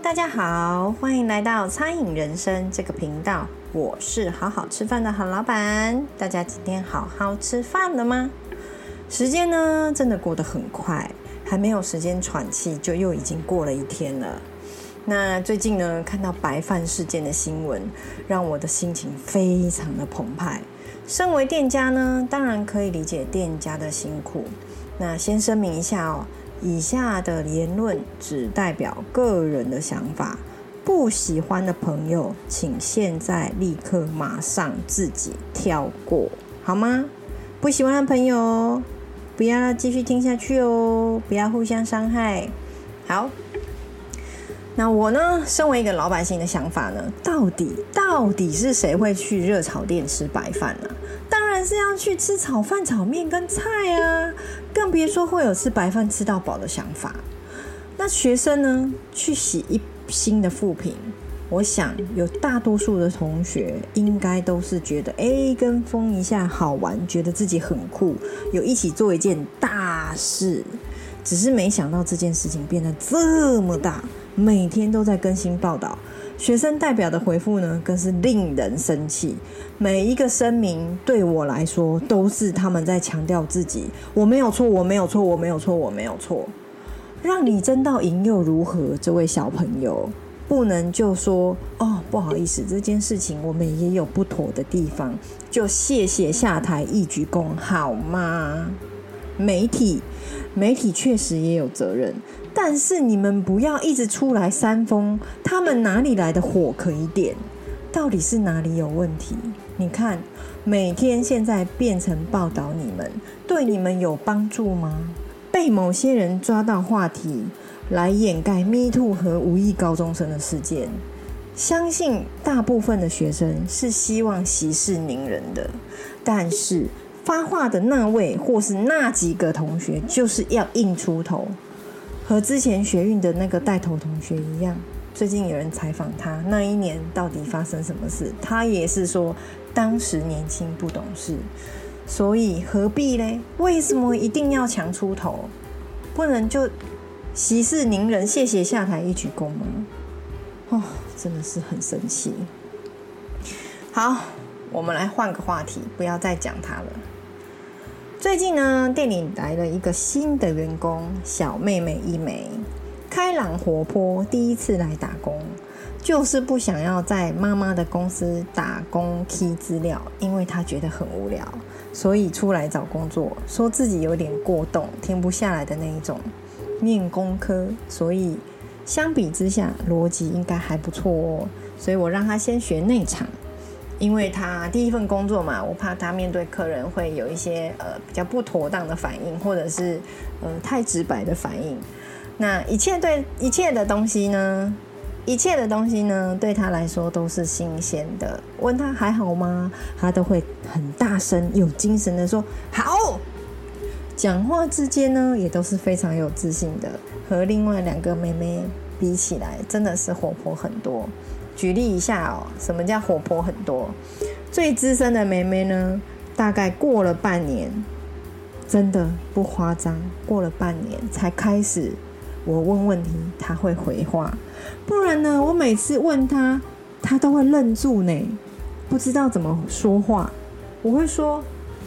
大家好，欢迎来到餐饮人生这个频道，我是好好吃饭的好老板。大家今天好好吃饭了吗？时间呢，真的过得很快，还没有时间喘气，就又已经过了一天了。那最近呢，看到白饭事件的新闻，让我的心情非常的澎湃。身为店家呢，当然可以理解店家的辛苦。那先声明一下哦，以下的言论只代表个人的想法，不喜欢的朋友，请现在立刻马上自己跳过，好吗？不喜欢的朋友，不要继续听下去哦，不要互相伤害。好，那我呢，身为一个老百姓的想法呢，到底是谁会去热炒店吃白饭呢？当然是要去吃炒饭、炒面跟菜啊，更别说会有吃白饭吃到饱的想法。那学生呢，去洗一新的副品，我想有大多数的同学应该都是觉得跟风一下好玩，觉得自己很酷，有一起做一件大事。只是没想到这件事情变得这么大，每天都在更新报道。学生代表的回复呢，更是令人生气。每一个声明对我来说，都是他们在强调自己，我没有错，我没有错，我没有错，我没有错。让你争到赢又如何？这位小朋友，不能就说不好意思，这件事情我们也有不妥的地方，就谢谢下台一鞠躬好吗？媒体确实也有责任，但是你们不要一直出来煽风，他们哪里来的火可以点？到底是哪里有问题？你看，每天现在变成报道你们，对你们有帮助吗？被某些人抓到话题来掩盖 Me Too 和无意高中生的事件，相信大部分的学生是希望息事宁人的，但是发话的那位或是那几个同学就是要硬出头，和之前学运的那个带头同学一样。最近有人采访他，那一年到底发生什么事，他也是说当时年轻不懂事，所以何必呢？为什么一定要强出头？不能就息事宁人，谢谢下台一鞠躬吗？真的是很生气。好，我们来换个话题，不要再讲他了。最近呢，店里来了一个新的员工，小妹妹一枚，开朗活泼，第一次来打工，就是不想要在妈妈的公司打工 key 资料，因为她觉得很无聊，所以出来找工作，说自己有点过动，停不下来的那一种，念工科，所以相比之下逻辑应该还不错哦，所以我让她先学内场。因为他第一份工作嘛，我怕他面对客人会有一些比较不妥当的反应，或者是太直白的反应。那一切的东西呢，对他来说都是新鲜的。问他还好吗，他都会很大声、有精神的说好。讲话之间呢，也都是非常有自信的，和另外两个妹妹比起来，真的是活泼很多。举例一下什么叫活泼很多？最资深的妹妹呢，大概过了半年，真的不夸张，过了半年才开始我问问题她会回话，不然呢，我每次问她，她都会愣住呢，不知道怎么说话。我会说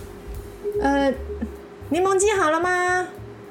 柠檬鸡好了吗？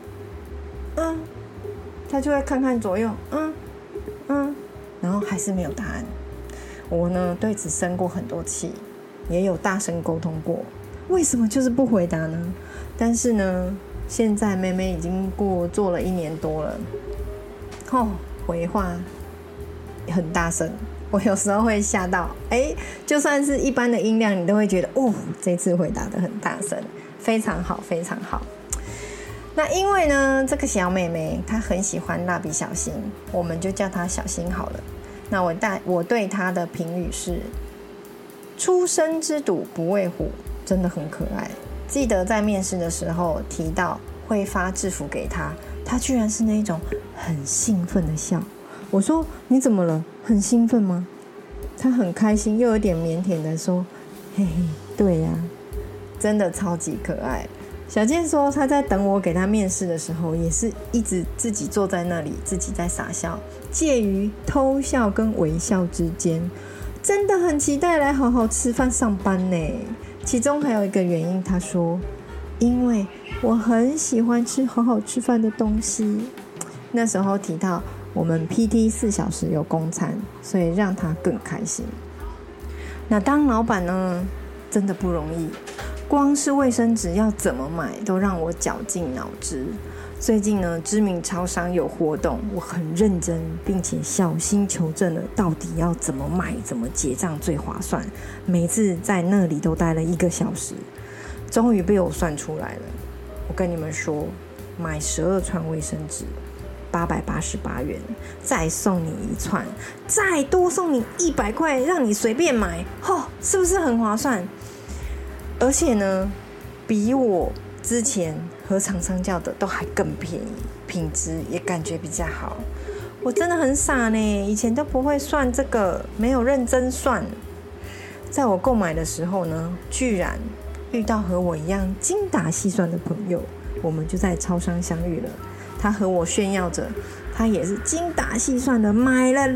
她就会看看左右，然后还是没有答案。我呢，对此生过很多气，也有大声沟通过，为什么就是不回答呢？但是呢，现在妹妹已经做了1年多了，回话很大声，我有时候会吓到，就算是一般的音量，你都会觉得这次回答的很大声，非常好，非常好。那因为呢，这个小妹妹她很喜欢蜡笔小新，我们就叫她小新好了。那我对她的评语是：初生之犊不畏虎，真的很可爱。记得在面试的时候提到会发制服给她，她居然是那种很兴奋的笑。我说你怎么了？很兴奋吗？她很开心，又有点腼腆的说：嘿嘿，对呀，真的超级可爱。 小健说他在等我给他面试的时候，也是一直自己坐在那里，自己在傻笑，介于偷笑跟微笑之间，真的很期待来好好吃饭上班呢。其中还有一个原因，他说因为我很喜欢吃好好吃饭的东西。那时候提到我们 PT 4小时有公餐，所以让他更开心。那当老板呢，真的不容易，光是卫生纸要怎么买都让我绞尽脑汁。最近呢，知名超商有活动，我很认真并且小心求证了到底要怎么买怎么结账最划算，每次在那里都待了1个小时，终于被我算出来了。我跟你们说，买12串卫生纸888元，再送你1串，再多送你100块，让你随便买，是不是很划算？而且呢，比我之前和厂商叫的都还更便宜，品质也感觉比较好。我真的很傻呢，以前都不会算这个，没有认真算。在我购买的时候呢，居然遇到和我一样精打细算的朋友，我们就在超商相遇了。他和我炫耀着，他也是精打细算的买了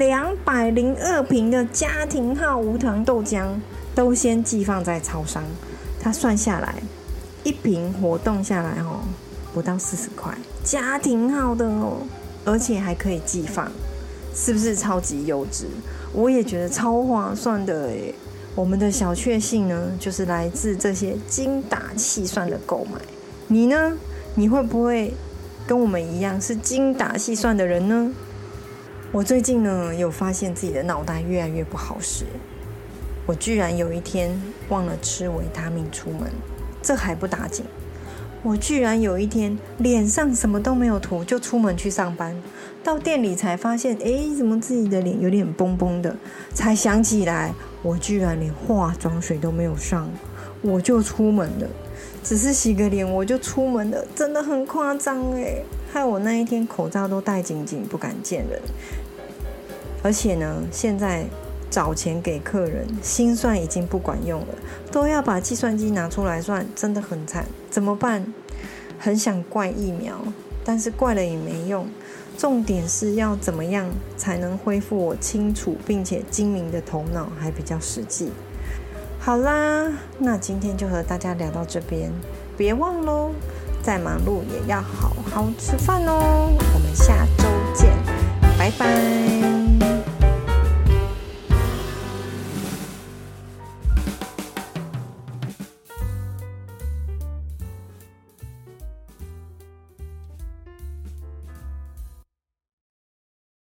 202瓶的家庭号无糖豆浆，都先寄放在超商。他算下来，1瓶活动下来不到40块，家庭号的而且还可以寄放，是不是超级优质？我也觉得超划算的耶。我们的小确幸呢，就是来自这些精打细算的购买。你呢？你会不会跟我们一样是精打细算的人呢？我最近呢，有发现自己的脑袋越来越不好使。我居然有一天忘了吃维他命出门，这还不打紧，我居然有一天脸上什么都没有涂就出门去上班，到店里才发现怎么自己的脸有点崩崩的，才想起来我居然连化妆水都没有上，我就出门了，只是洗个脸我就出门了，真的很夸张害我那一天口罩都戴紧紧，不敢见人。而且呢，现在找钱给客人，心算已经不管用了，都要把计算机拿出来算，真的很惨，怎么办？很想怪疫苗，但是怪了也没用。重点是要怎么样才能恢复我清楚并且精明的头脑，还比较实际。好啦，那今天就和大家聊到这边，别忘咯，再忙碌也要好好吃饭哦。我们